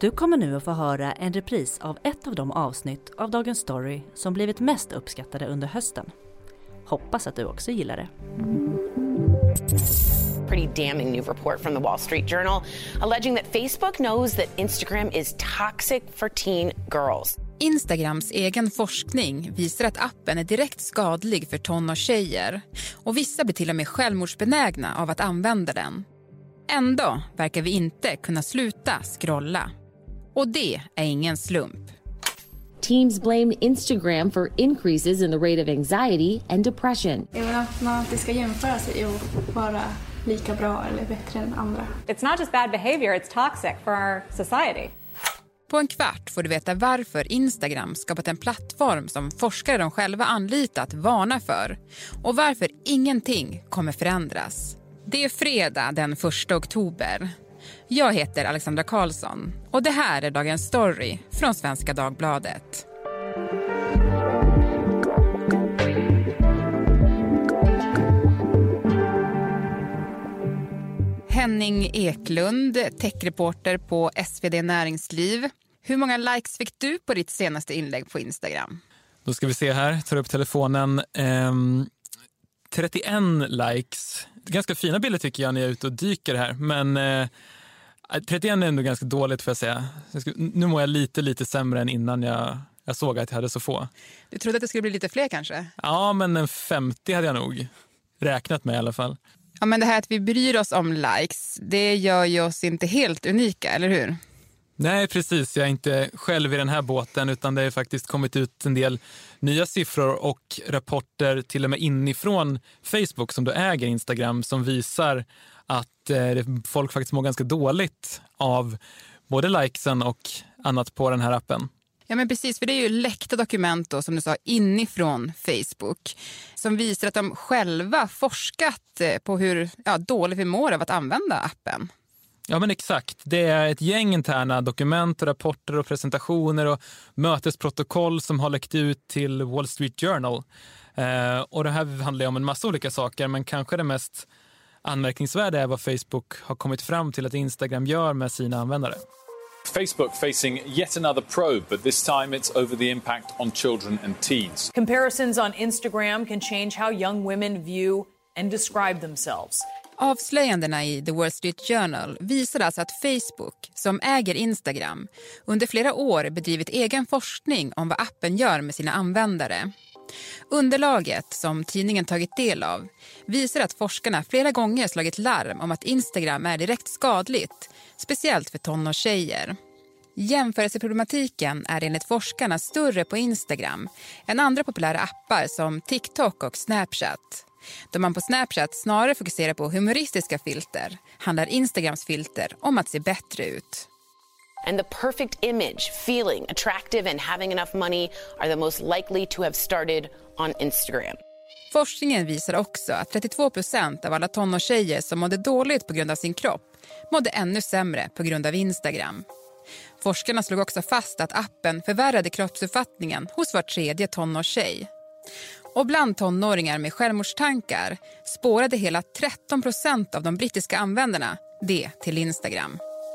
Du kommer nu att få höra en repris av ett av de avsnitt av Dagens Story som blivit mest uppskattade under hösten. Hoppas att du också gillar det. Pretty damning new report from the Wall Street Journal alleging that Facebook knows that Instagram is toxic for teen girls. Instagrams egen forskning visar att appen är direkt skadlig för tonårstjejer och vissa blir till och med självmordsbenägna av att använda den. Ändå verkar vi inte kunna sluta scrolla. Och det är ingen slump. Teams blame Instagram for increases in the rate of anxiety and depression. Även att man alltid ska jämföra sig och vara lika bra eller bättre än andra. It's not just bad behavior, it's toxic for our society. På en kvart får du veta varför Instagram skapat en plattform som forskare de själva anlitat varnar för och varför ingenting kommer förändras. Det är fredag den 1 oktober. Jag heter Alexandra Karlsson och det här är Dagens Story från Svenska Dagbladet. Henning Eklund, techreporter på SvD Näringsliv. Hur många likes fick du på ditt senaste inlägg på Instagram? Då ska vi se här, tar upp telefonen. 31 likes. Ganska fina bilder tycker jag när jag är ute och dyker här. Men 31 är ändå ganska dåligt får jag säga. Nu mår jag lite sämre än innan jag såg att jag hade så få. Du trodde att det skulle bli lite fler kanske? Ja, men en 50 hade jag nog räknat med i alla fall. Ja, men det här att vi bryr oss om likes, det gör ju oss inte helt unika, eller hur? Nej, precis. Jag är inte själv i den här båten utan det har faktiskt kommit ut en del nya siffror och rapporter till och med inifrån Facebook som då äger Instagram som visar att folk faktiskt mår ganska dåligt av både likesen och annat på den här appen. Ja men precis, för det är ju läckta dokument då, som du sa, inifrån Facebook som visar att de själva forskat på hur dåligt vi mår av att använda appen. Ja men exakt, det är ett gäng interna dokument och rapporter och presentationer och mötesprotokoll som har läckt ut till Wall Street Journal. Och det här handlar om en massa olika saker men kanske det mest anmärkningsvärda är vad Facebook har kommit fram till att Instagram gör med sina användare. Facebook facing yet another probe, but this time it's over the impact on children and teens. Comparisons on Instagram can change how young women view and describe themselves. Avslöjandena i The Wall Street Journal visar alltså att Facebook, som äger Instagram, under flera år bedrivit egen forskning om vad appen gör med sina användare. Underlaget, som tidningen tagit del av, visar att forskarna flera gånger slagit larm om att Instagram är direkt skadligt, speciellt för tonårstjejer. Jämförelseproblematiken är enligt forskarna större på Instagram än andra populära appar som TikTok och Snapchat. Då man på Snapchat snarare fokuserar på humoristiska filter handlar Instagrams filter om att se bättre ut. And the perfect image, feeling attractive and having enough money are the most likely to have started on Instagram. Forskningen visar också att 32% av alla tonårstjejer som mådde dåligt på grund av sin kropp mådde ännu sämre på grund av Instagram. Forskarna slog också fast att appen förvärrade kroppsuppfattningen hos var tredje tonårstjej. Och bland tonåringar med självmordstankar spårade hela 13% av de brittiska användarna det till Instagram.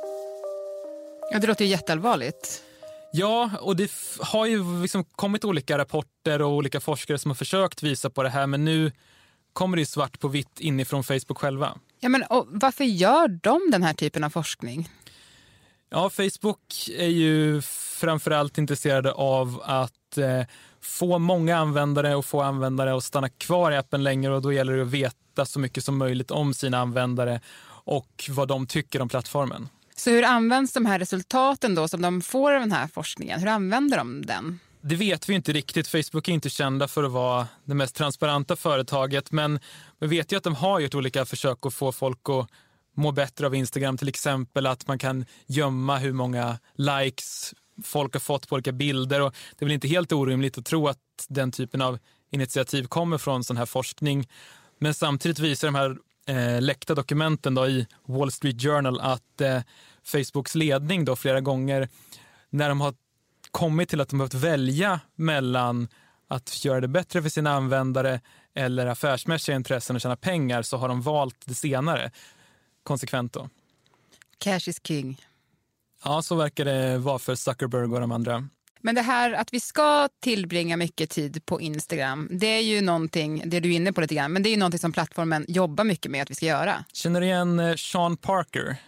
Ja, det låter ju jätteallvarligt. Ja, och det har ju liksom kommit olika rapporter och olika forskare som har försökt visa på det här, men nu kommer det svart på vitt inifrån Facebook själva. Ja, men och varför gör de den här typen av forskning? Ja, Facebook är ju framförallt intresserade av att få många användare och få användare att stanna kvar i appen längre, och då gäller det att veta så mycket som möjligt om sina användare och vad de tycker om plattformen. Så hur används de här resultaten då som de får av den här forskningen? Hur använder de den? Det vet vi inte riktigt. Facebook är inte kända för att vara det mest transparenta företaget, men vi vet ju att de har gjort olika försök att få folk att må bättre av Instagram. Till exempel att man kan gömma hur många likes folk har fått på olika bilder, och det är väl inte helt orimligt att tro att den typen av initiativ kommer från sån här forskning. Men samtidigt visar de här läckta dokumenten då i Wall Street Journal att Facebooks ledning då flera gånger när de har kommit till att de behövt välja mellan att göra det bättre för sina användare eller affärsmässiga intressen och tjäna pengar, så har de valt det senare konsekvent då. Cash is king. Ja, så verkar det vara för Zuckerberg och de andra. Men det här att vi ska tillbringa mycket tid på Instagram, det är ju någonting, det du är inne på lite grann, men det är ju någonting som plattformen jobbar mycket med att vi ska göra. Känner du igen Sean Parker?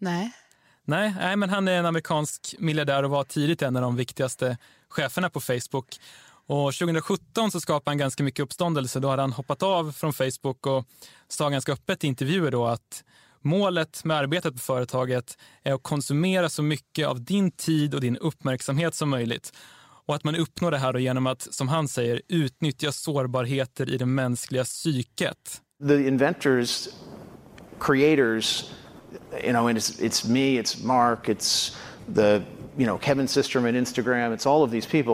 Nej, men han är en amerikansk miljardär och var tidigt en av de viktigaste cheferna på Facebook. Och 2017 så skapade han ganska mycket uppståndelse. Då hade han hoppat av från Facebook och sa ganska öppet i intervjuer då att målet med arbetet på företaget är att konsumera så mycket av din tid och din uppmärksamhet som möjligt. Och att man uppnår det här då genom att, som han säger, utnyttja sårbarheter i det mänskliga psyket. The inventors, creators, you know, it's me, it's Mark, it's the, Kevin Systrom at Instagram, it's all of these people,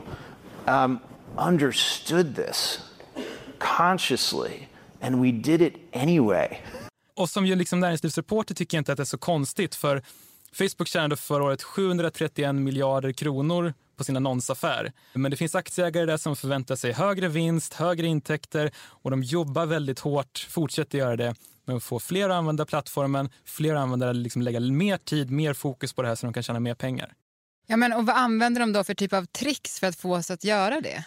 understood this consciously and we did it anyway. Och som ju liksom näringslivsreporter tycker jag inte att det är så konstigt, för Facebook tjänade förra året 731 miljarder kronor på sin annonsaffär. Men det finns aktieägare där som förväntar sig högre vinst, högre intäkter och de jobbar väldigt hårt, fortsätter göra det. Men få fler att använda plattformen, fler användare liksom lägga mer tid, mer fokus på det här så de kan tjäna mer pengar. Ja, men och vad använder de då för typ av tricks för att få oss att göra det?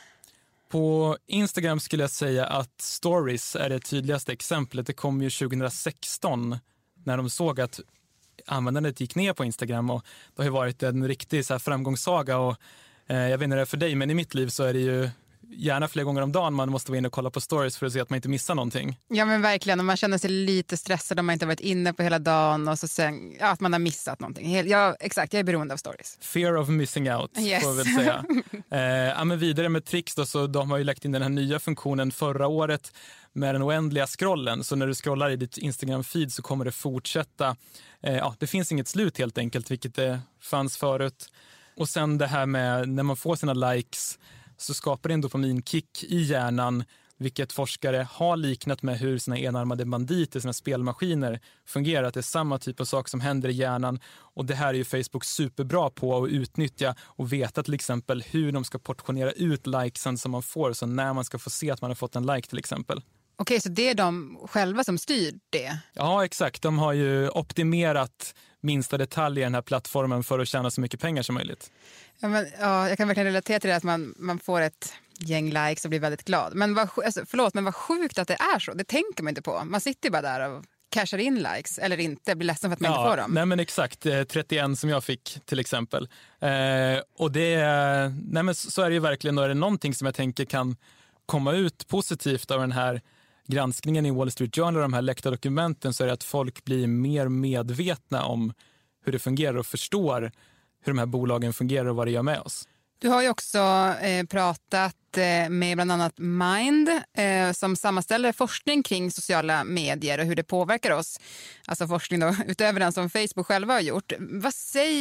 På Instagram skulle jag säga att stories är det tydligaste exemplet. Det kom ju 2016 när de såg att användandet gick ner på Instagram och det har ju varit en riktig så här framgångssaga och jag vet inte det är för dig, men i mitt liv så är det ju gärna flera gånger om dagen man måste vara inne och kolla på stories för att se att man inte missar någonting. Ja men verkligen, och man känner sig lite stressad om man inte har varit inne på hela dagen och så sen, att man har missat någonting. Ja, exakt, jag är beroende av stories. Fear of missing out, yes. får jag väl säga. Men vidare med tricks då, så de har ju lagt in den här nya funktionen förra året med den oändliga scrollen. Så när du scrollar i ditt Instagram-feed så kommer det fortsätta. Det finns inget slut helt enkelt, vilket det fanns förut. Och sen det här med när man får sina likes så skapar det en dopaminkick i hjärnan, vilket forskare har liknat med hur sina enarmade banditer, sina spelmaskiner fungerar. Att det är samma typ av sak som händer i hjärnan. Och det här är ju Facebook superbra på att utnyttja och veta till exempel hur de ska portionera ut likesen som man får. Så när man ska få se att man har fått en like till exempel. Okej, så det är de själva som styr det? Ja, exakt. De har ju optimerat minsta detaljer i den här plattformen för att tjäna så mycket pengar som möjligt. Jag kan verkligen relatera till det att man får ett gäng likes och blir väldigt glad. Men vad sjukt att det är så. Det tänker man inte på. Man sitter bara där och cashar in likes eller inte, blir ledsen för att man inte får dem. Nej men exakt, 31 som jag fick till exempel. Och så är det ju verkligen, och är det någonting som jag tänker kan komma ut positivt av den här granskningen i Wall Street Journal och de här läckta dokumenten, så är det att folk blir mer medvetna om hur det fungerar och förstår hur de här bolagen fungerar och vad det gör med oss. Du har ju också pratat med bland annat Mind som sammanställer forskning kring sociala medier och hur det påverkar oss. Alltså forskning då, utöver den som Facebook själva har gjort. Vad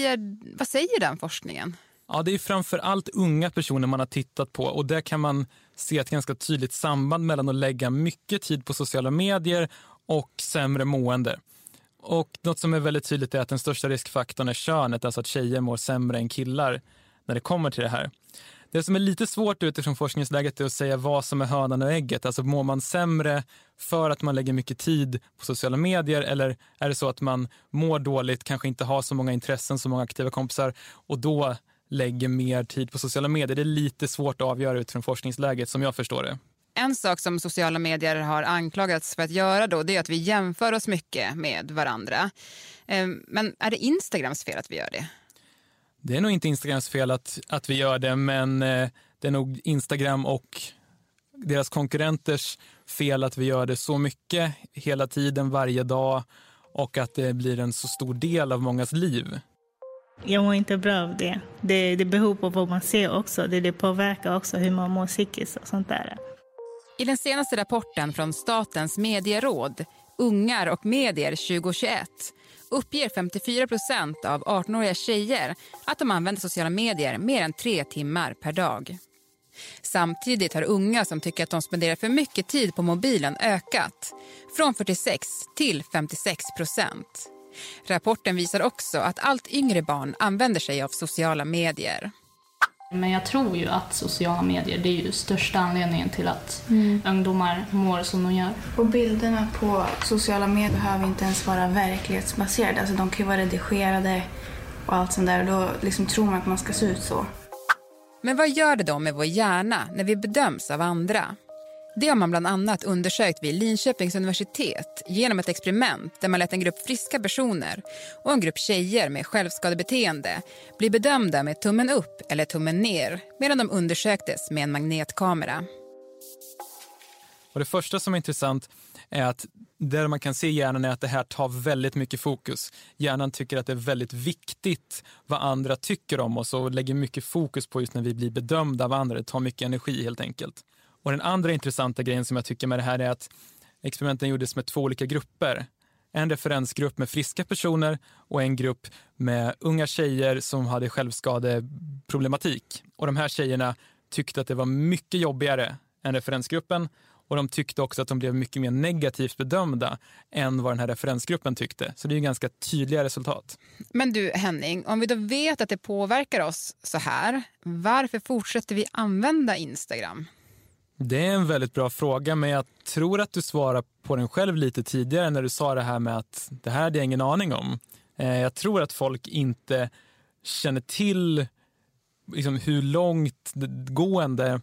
säger den forskningen? Ja, det är framför allt unga personer man har tittat på, och där kan man se ett ganska tydligt samband mellan att lägga mycket tid på sociala medier och sämre mående. Och något som är väldigt tydligt är att den största riskfaktorn är könet, alltså att tjejer mår sämre än killar när det kommer till det här. Det som är lite svårt utifrån forskningsläget är att säga vad som är hönan och ägget. Alltså mår man sämre för att man lägger mycket tid på sociala medier, eller är det så att man mår dåligt, kanske inte har så många intressen, så många aktiva kompisar och då lägger mer tid på sociala medier? Det är lite svårt att avgöra utifrån forskningsläget som jag förstår det. En sak som sociala medier har anklagats för att göra då, det är att vi jämför oss mycket med varandra. Men är det Instagrams fel att vi gör det? Det är nog inte Instagrams fel att vi gör det, men det är nog Instagram och deras konkurrenters fel att vi gör det så mycket hela tiden, varje dag, och att det blir en så stor del av mångas liv. Jag mår inte bra av det. Det beror på vad man ser också. Det påverkar också hur man mår psykiskt och sånt där. I den senaste rapporten från Statens medieråd, Ungar och medier 2021, uppger 54% av 18-åriga tjejer att de använder sociala medier mer än 3 timmar per dag. Samtidigt har unga som tycker att de spenderar för mycket tid på mobilen ökat, från 46 till 56%. Rapporten visar också att allt yngre barn använder sig av sociala medier. Men jag tror ju att sociala medier, det är ju största anledningen till att ungdomar mår som de gör. Och bilderna på sociala medier behöver inte ens vara verklighetsbaserade. Alltså de kan ju vara redigerade och allt sånt där. Då liksom tror man att man ska se ut så. Men vad gör det då med vår hjärna när vi bedöms av andra? Det har man bland annat undersökt vid Linköpings universitet genom ett experiment där man lät en grupp friska personer och en grupp tjejer med självskadebeteende bli bedömda med tummen upp eller tummen ner medan de undersöktes med en magnetkamera. Och det första som är intressant är att där man kan se hjärnan är att det här tar väldigt mycket fokus. Hjärnan tycker att det är väldigt viktigt vad andra tycker om oss och lägger mycket fokus på just när vi blir bedömda av andra. Det tar mycket energi helt enkelt. Och den andra intressanta grejen som jag tycker med det här är att experimenten gjordes med 2 olika grupper. En referensgrupp med friska personer och en grupp med unga tjejer som hade självskadeproblematik. Och de här tjejerna tyckte att det var mycket jobbigare än referensgruppen. Och de tyckte också att de blev mycket mer negativt bedömda än vad den här referensgruppen tyckte. Så det är ju ganska tydliga resultat. Men du Henning, om vi då vet att det påverkar oss så här, varför fortsätter vi använda Instagram? Det är en väldigt bra fråga, men jag tror att du svarar på den själv lite tidigare när du sa det här med att det här hade jag ingen aning om. Jag tror att folk inte känner till liksom, hur långt gående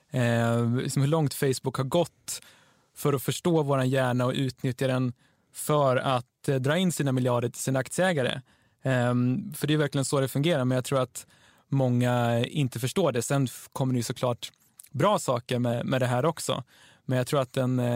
hur långt Facebook har gått för att förstå vår hjärna och utnyttja den för att dra in sina miljarder till sina aktieägare. För det är verkligen så det fungerar, men jag tror att många inte förstår det. Sen kommer det ju såklart bra saker med det här också. Men jag tror att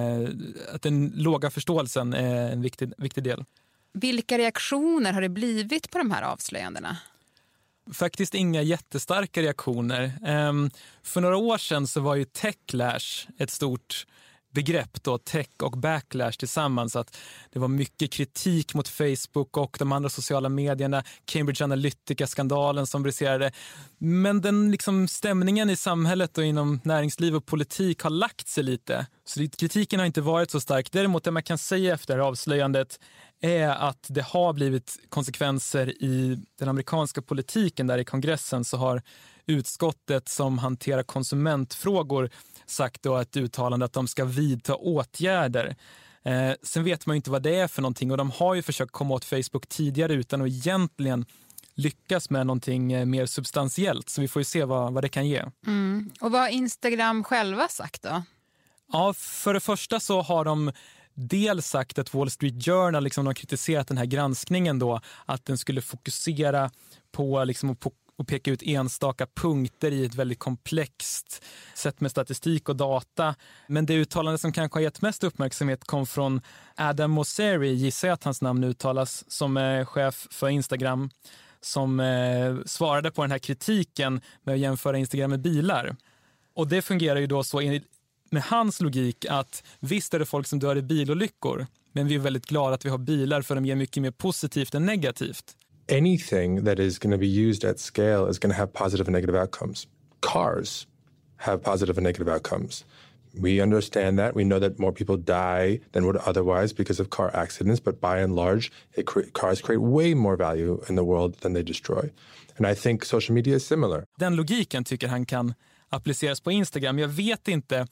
den låga förståelsen är en viktig del. Vilka reaktioner har det blivit på de här avslöjandena? Faktiskt inga jättestarka reaktioner. För några år sedan så var ju techlash ett stort begrepp då, tech och backlash tillsammans. Att det var mycket kritik mot Facebook och de andra sociala medierna, Cambridge Analytica-skandalen som briserade. Men den liksom stämningen i samhället och inom näringsliv och politik har lagt sig lite. Så kritiken har inte varit så stark. Däremot det man kan säga efter avslöjandet är att det har blivit konsekvenser i den amerikanska politiken. Där i kongressen så har utskottet som hanterar konsumentfrågor sagt då ett uttalande att de ska vidta åtgärder. Sen vet man ju inte vad det är för någonting, och de har ju försökt komma åt Facebook tidigare utan att egentligen lyckas med någonting mer substantiellt. Så vi får ju se vad det kan ge. Och vad har Instagram själva sagt då? Ja, för det första så har de dels sagt att Wall Street Journal liksom har kritiserat den här granskningen då, att den skulle fokusera på liksom och peka ut enstaka punkter i ett väldigt komplext sätt med statistik och data. Men det uttalande som kanske har gett mest uppmärksamhet kom från Adam Mosseri, gissar jag att hans namn uttalas, som är chef för Instagram, som svarade på den här kritiken med att jämföra Instagram med bilar. Och det fungerar ju då så med hans logik att visst är det folk som dör i bilolyckor, men vi är väldigt glada att vi har bilar för de ger mycket mer positivt än negativt. Anything that is going to be used at scale is going to have positive and negative outcomes. Cars have positive and negative outcomes. We understand that. We know that more people die than would otherwise because of car accidents, but by and large, cars create way more value in the world than they destroy. And I think social media is similar. Den logiken tycker han kan appliceras på Instagram. Jag vet inte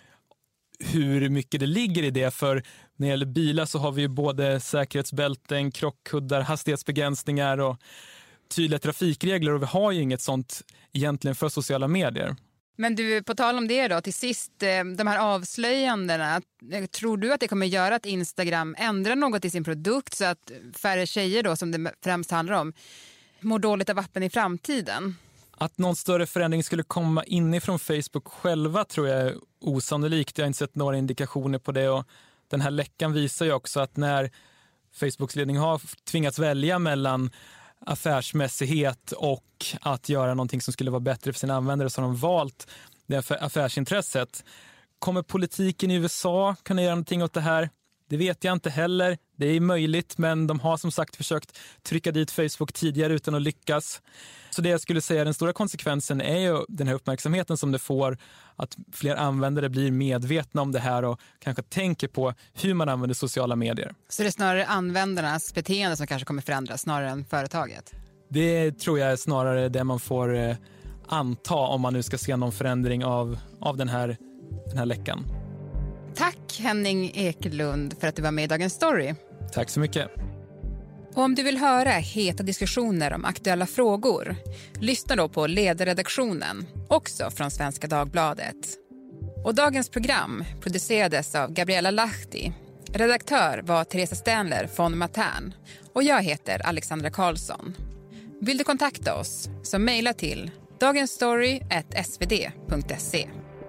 hur mycket det ligger i det, för när det gäller bilar så har vi ju både säkerhetsbälten, krockkuddar, hastighetsbegränsningar och tydliga trafikregler, och vi har ju inget sånt egentligen för sociala medier. Men du, på tal om det då, till sist, de här avslöjandena, tror du att det kommer göra att Instagram ändrar något i sin produkt så att färre tjejer då, som det främst handlar om, mår dåligt av appen i framtiden? Att någon större förändring skulle komma inifrån Facebook själva tror jag är osannolikt. Jag har inte sett några indikationer på det, och den här läckan visar ju också att när Facebooks ledning har tvingats välja mellan affärsmässighet och att göra någonting som skulle vara bättre för sina användare, så har de valt det affärsintresset. Kommer politiken i USA kunna göra någonting åt det här? Det vet jag inte heller. Det är möjligt, men de har som sagt försökt trycka dit Facebook tidigare utan att lyckas. Så det jag skulle säga, den stora konsekvensen är ju den här uppmärksamheten som det får, att fler användare blir medvetna om det här och kanske tänker på hur man använder sociala medier. Så det är snarare användarnas beteende som kanske kommer förändras snarare än företaget? Det tror jag är snarare det man får anta om man nu ska se någon förändring av den här läckan. Tack Henning Ekelund för att du var med i Dagens Story. Tack så mycket. Och om du vill höra heta diskussioner om aktuella frågor, lyssna då på Ledarredaktionen, också från Svenska Dagbladet. Och dagens program producerades av Gabriella Lahti. Redaktör var Teresa Stenler von Matern. Och jag heter Alexandra Karlsson. Vill du kontakta oss så mejla till dagensstory@svd.se.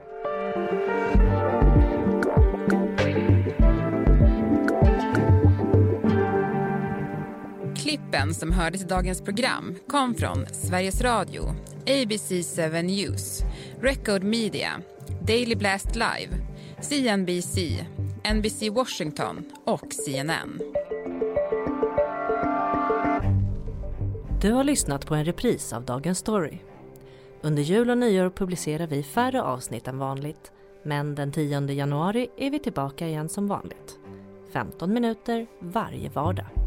Klippen som hördes i dagens program kom från Sveriges Radio, ABC7 News, Record Media, Daily Blast Live, CNBC, NBC Washington och CNN. Du har lyssnat på en repris av Dagens Story. Under jul och nyår publicerar vi färre avsnitt än vanligt, men den 10 januari är vi tillbaka igen som vanligt. 15 minuter varje vardag.